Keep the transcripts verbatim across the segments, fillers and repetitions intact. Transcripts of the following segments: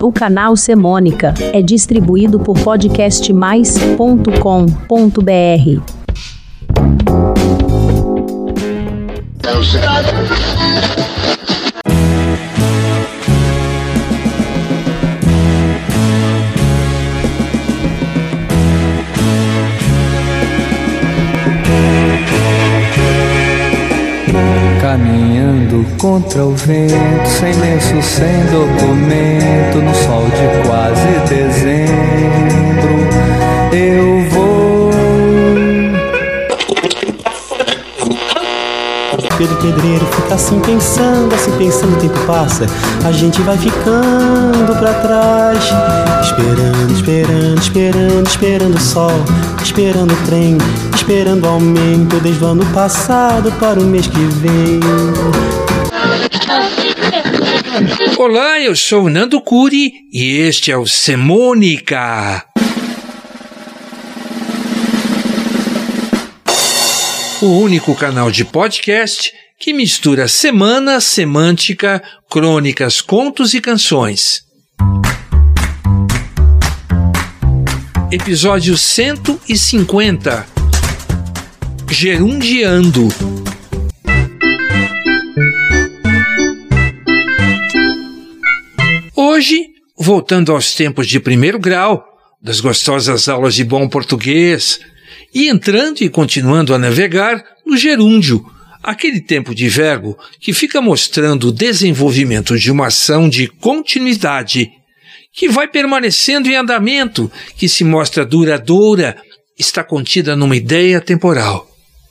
O canal Semônica é distribuído por podcast mais ponto com ponto br. Caminhando contra o vento, sem lenço, sem documento, no sol de quase dezembro, eu vou. Pedro Pedreiro fica assim pensando, assim pensando, o tempo passa, a gente vai ficando pra trás, esperando, esperando, esperando, esperando o sol, esperando o trem, esperando o aumento, desde o ano passado para o mês que vem. Olá, eu sou o Nando Curi e este é o Semônica. O único canal de podcast que mistura semana, semântica, crônicas, contos e canções. Episódio cento e cinquenta. Gerundiando. Hoje, voltando aos tempos de primeiro grau, das gostosas aulas de bom português, e entrando e continuando a navegar no gerúndio, aquele tempo de verbo que fica mostrando o desenvolvimento de uma ação de continuidade, que vai permanecendo em andamento, que se mostra duradoura, está contida numa ideia temporal.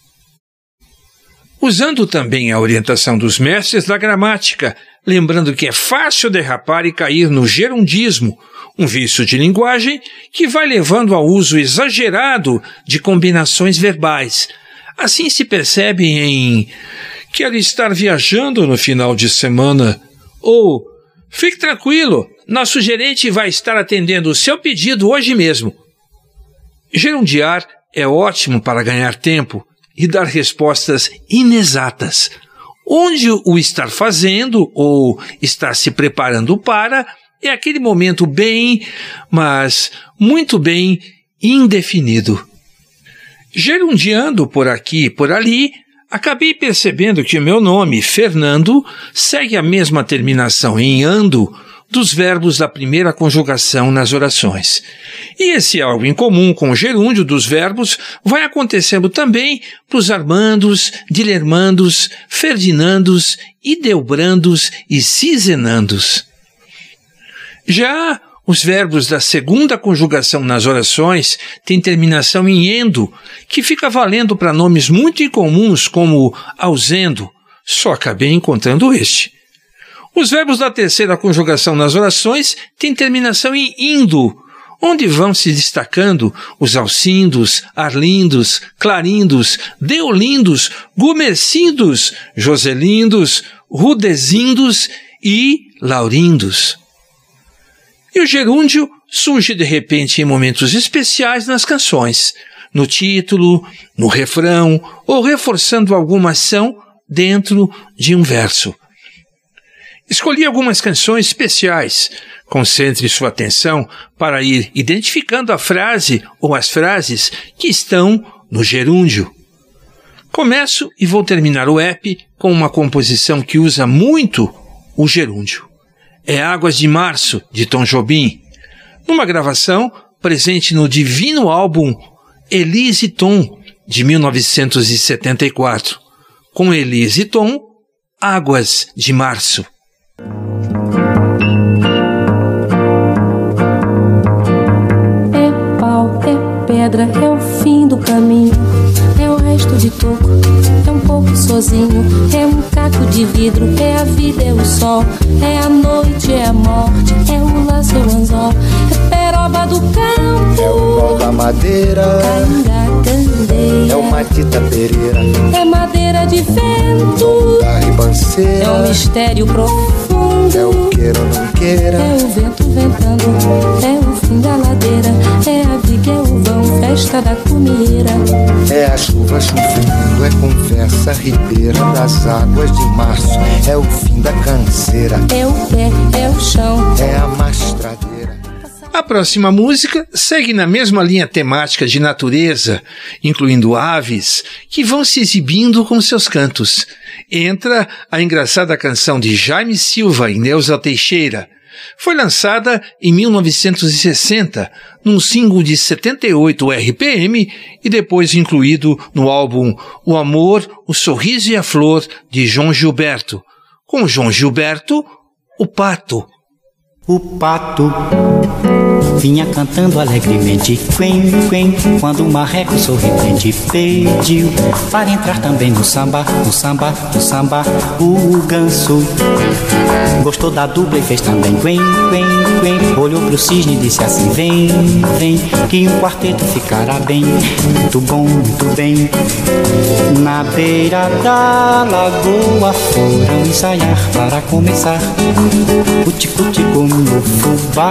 Usando também a orientação dos mestres da gramática, lembrando que é fácil derrapar e cair no gerundismo, um vício de linguagem que vai levando ao uso exagerado de combinações verbais. Assim se percebe em quero estar viajando no final de semana ou fique tranquilo, nosso gerente vai estar atendendo o seu pedido hoje mesmo. Gerundiar é ótimo para ganhar tempo e dar respostas inexatas, onde o estar fazendo ou estar se preparando para é aquele momento bem, mas muito bem indefinido. Gerundiando por aqui e por ali, acabei percebendo que o meu nome, Fernando, segue a mesma terminação em ando dos verbos da primeira conjugação nas orações. E esse algo em comum com o gerúndio dos verbos vai acontecendo também para os Armandos, Dilermandos, Ferdinandos, Ideobrandos e Cisenandos. Já os verbos da segunda conjugação nas orações têm terminação em endo, que fica valendo para nomes muito incomuns como ausendo, só acabei encontrando este. Os verbos da terceira conjugação nas orações têm terminação em indo, onde vão se destacando os alcindos, arlindos, clarindos, deolindos, gumercindos, joselindos, rudezindos e laurindos. E o gerúndio surge de repente em momentos especiais nas canções, no título, no refrão ou reforçando alguma ação dentro de um verso. Escolhi algumas canções especiais. Concentre sua atenção para ir identificando a frase ou as frases que estão no gerúndio. Começo e vou terminar o app com uma composição que usa muito o gerúndio. É Águas de Março, de Tom Jobim, numa gravação presente no divino álbum Elis e Tom, de mil novecentos e setenta e quatro. Com Elis e Tom, Águas de Março. É pau, é pedra, é o fim do caminho, é o resto de toco, é um pouco sozinho, é um caco de vidro, é a vida, é o sol, é a noite, é a morte, é o laço, é o anzol, é peroba do campo, é o pau da madeira, candeia, é o matita pereira, é madeira de vento, da ribanceira, é um mistério profundo, é o queira ou não queira, é o vento ventando, é o fim da ladeira, é a viga, é o vão, festa da comeira. É a chuva chovendo, é conversa ribeira das águas de março. É o fim da canseira, é o pé, é o chão, é a mastradeira. A próxima música segue na mesma linha temática de natureza, incluindo aves que vão se exibindo com seus cantos. Entra a engraçada canção de Jaime Silva e Neuza Teixeira. Foi lançada em mil novecentos e sessenta, num single de setenta e oito R P M e depois incluído no álbum O Amor, o Sorriso e a Flor, de João Gilberto. Com João Gilberto, o Pato. O pato vinha cantando alegremente, quen, quen, quando o marreco sorridente pediu para entrar também no samba, no samba, no samba. O ganso gostou da dupla e fez também quen, quen, quen. Olhou pro cisne e disse assim: vem, vem, que um quarteto ficará bem, muito bom, muito bem. Na beira da lagoa foram ensaiar para começar o tico-tico no fubá.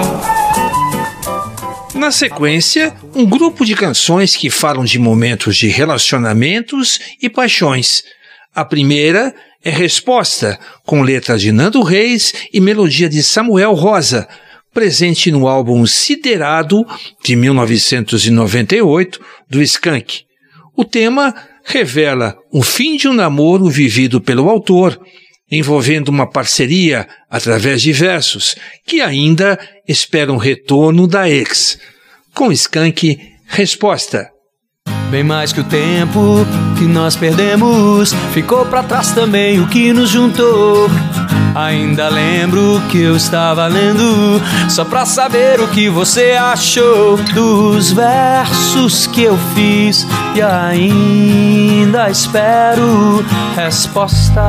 Na sequência, um grupo de canções que falam de momentos de relacionamentos e paixões. A primeira é Resposta, com letra de Nando Reis e melodia de Samuel Rosa, presente no álbum Siderado, de mil novecentos e noventa e oito, do Skank. O tema revela o fim de um namoro vivido pelo autor, envolvendo uma parceria através de versos, que ainda esperam um retorno da ex. Com Skank, Resposta. Bem mais que o tempo que nós perdemos, ficou pra trás também o que nos juntou. Ainda lembro que eu estava lendo, só pra saber o que você achou dos versos que eu fiz, e ainda espero resposta.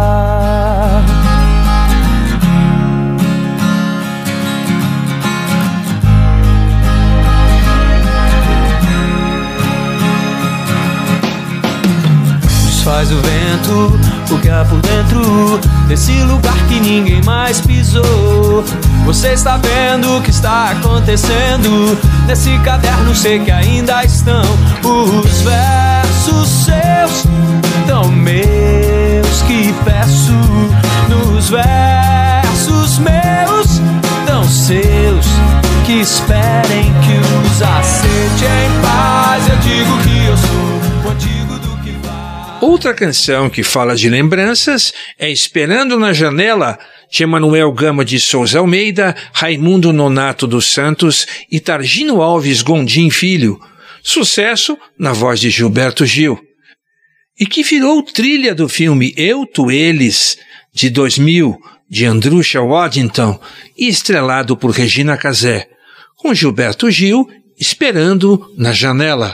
Faz o vento, o que há por dentro desse lugar que ninguém mais pisou. Você está vendo o que está acontecendo nesse caderno, sei que ainda estão os versos seus, tão meus que peço. Nos versos meus, tão seus, que esperem que os aceite em paz. Eu digo que eu sou o antigo do que vai. Outra canção que fala de lembranças é Esperando na Janela, de Emanuel Gama de Souza Almeida, Raimundo Nonato dos Santos e Targino Alves Gondim Filho. Sucesso na voz de Gilberto Gil. E que virou trilha do filme Eu, Tu, Eles, de dois mil, de Andrusha Waddington, e estrelado por Regina Casé, com Gilberto Gil, Esperando na Janela.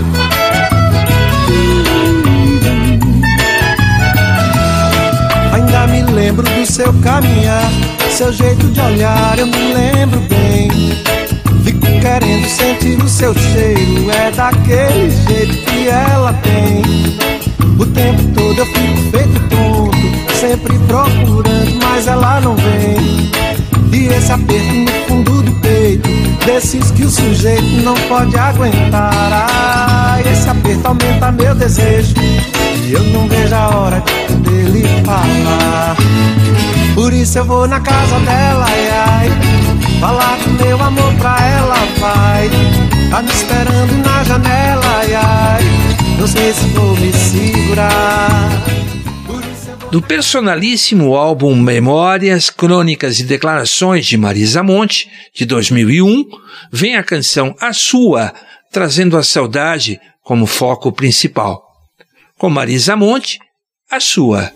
Ainda me lembro do seu caminhar, seu jeito de olhar, eu me lembro bem. Fico querendo sentir o seu cheiro, é daquele jeito que ela tem. O tempo todo eu fico feito tonto, sempre procurando, mas ela não vem. E esse aperto no fundo do peito, desses que o sujeito não pode aguentar. Ah, esse aperto aumenta meu desejo, e eu não vejo a hora de poder lhe falar. Por isso eu vou na casa dela, ai, ai, falar do meu amor pra ela, vai. Tá me esperando na janela, ai, ai, não sei se vou me segurar. Do personalíssimo álbum Memórias, Crônicas e Declarações de Marisa Monte, de dois mil e um, vem a canção A Sua, trazendo a saudade como foco principal. Com Marisa Monte, A Sua.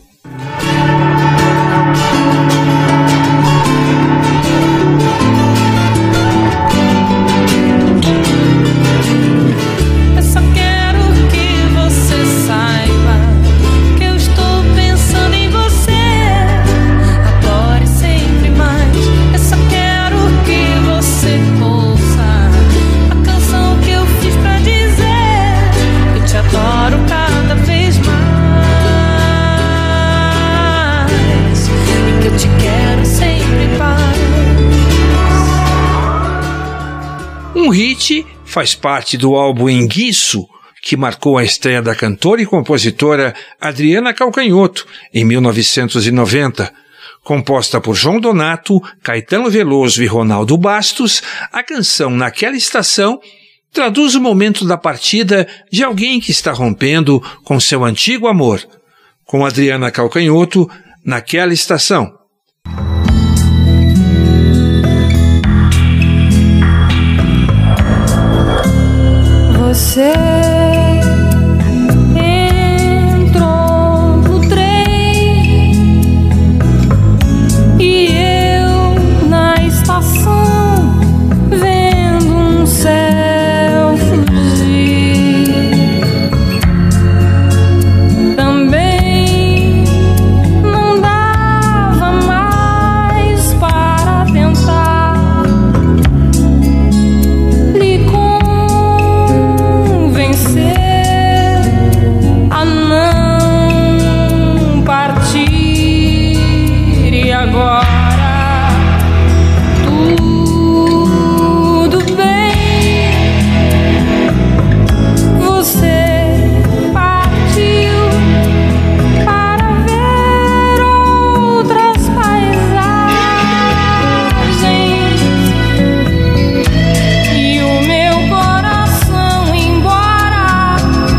Um hit faz parte do álbum Enguiço, que marcou a estreia da cantora e compositora Adriana Calcanhoto, em mil novecentos e noventa. Composta por João Donato, Caetano Veloso e Ronaldo Bastos, a canção Naquela Estação traduz o momento da partida de alguém que está rompendo com seu antigo amor. Com Adriana Calcanhoto, Naquela Estação. Você entrou no trem e eu na estação vendo um céu fugir. Também não dava mais para tentar lhe a não partir. E agora tudo bem, você partiu para ver outras paisagens e o meu coração, embora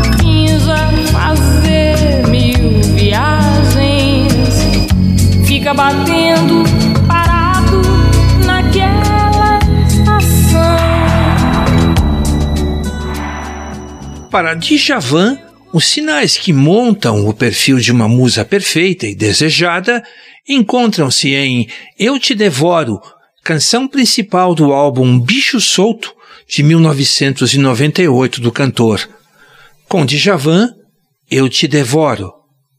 fazer mil viagens, fica batendo parado naquela estação. Para Djavan, os sinais que montam o perfil de uma musa perfeita e desejada encontram-se em Eu Te Devoro, canção principal do álbum Bicho Solto, de mil novecentos e noventa e oito do cantor. Com Djavan, Eu Te Devoro.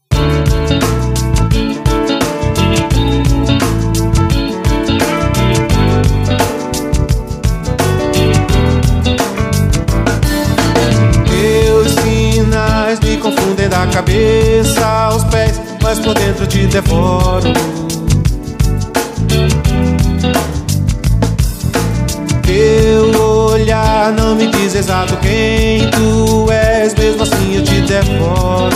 Meus sinais me confundem da cabeça aos pés, mas por dentro te devoro. Teu olhar não me diz exato quem tu és, mesmo assim eu te devoro.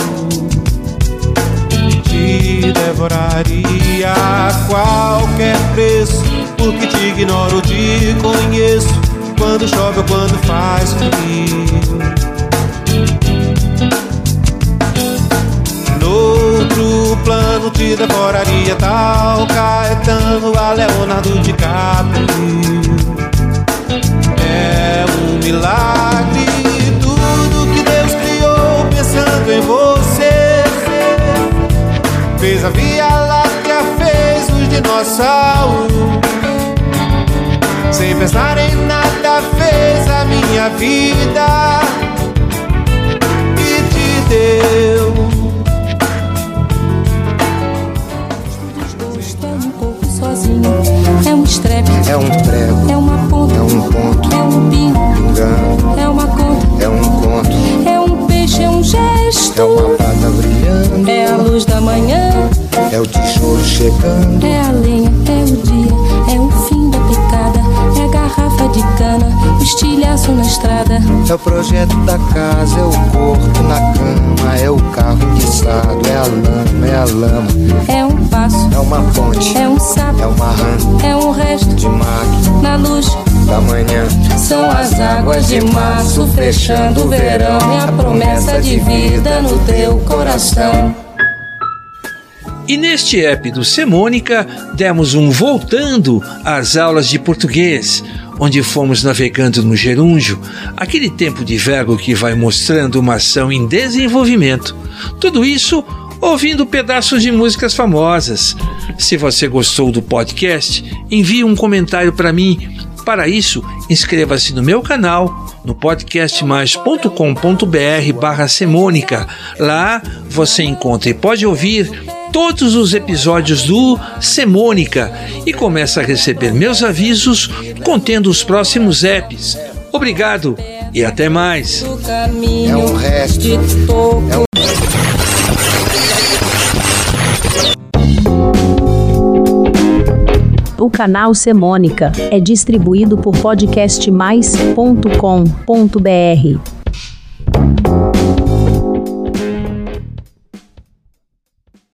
Te devoraria a qualquer preço, porque te ignoro, te conheço, quando chove ou quando faz frio. Noutro plano te devoraria tal Caetano a Leonardo DiCaprio. É um milagre tudo que Deus criou pensando em você. Fez a Via Láctea, fez os dinossauros. Sem pensar em nada fez a minha vida e te deu. Estou um pouco sozinho, é um estrepe, É um prego, é uma ponta, é um ponto, é um pingo, engano, é uma conta, é um conto, é um peixe, é um gesto, é uma prata brilhando, é a luz da manhã, é o tijolo chegando, é a lenha, é o dia, é o fim da picada, é a garrafa de cana, o estilhaço na estrada, é o projeto da casa, é o corpo na cama, é o carro enguiçado, é a lama, é a lama, é um passo, é uma ponte, é um sapo, é uma rã é um resto de mar na luz da manhã. São as águas de março fechando o verão, é a promessa de vida no teu coração. E neste app do Semônica, demos um voltando às aulas de português, onde fomos navegando no gerúndio, aquele tempo de verbo que vai mostrando uma ação em desenvolvimento. Tudo isso ouvindo pedaços de músicas famosas. Se você gostou do podcast, envie um comentário para mim. Para isso, inscreva-se no meu canal, no podcast mais ponto com ponto b r barra Semônica. Lá você encontra e pode ouvir todos os episódios do Semônica e começa a receber meus avisos contendo os próximos apps. Obrigado e até mais. É um resto, é um... O canal Semônica é distribuído por podcast mais ponto com ponto br.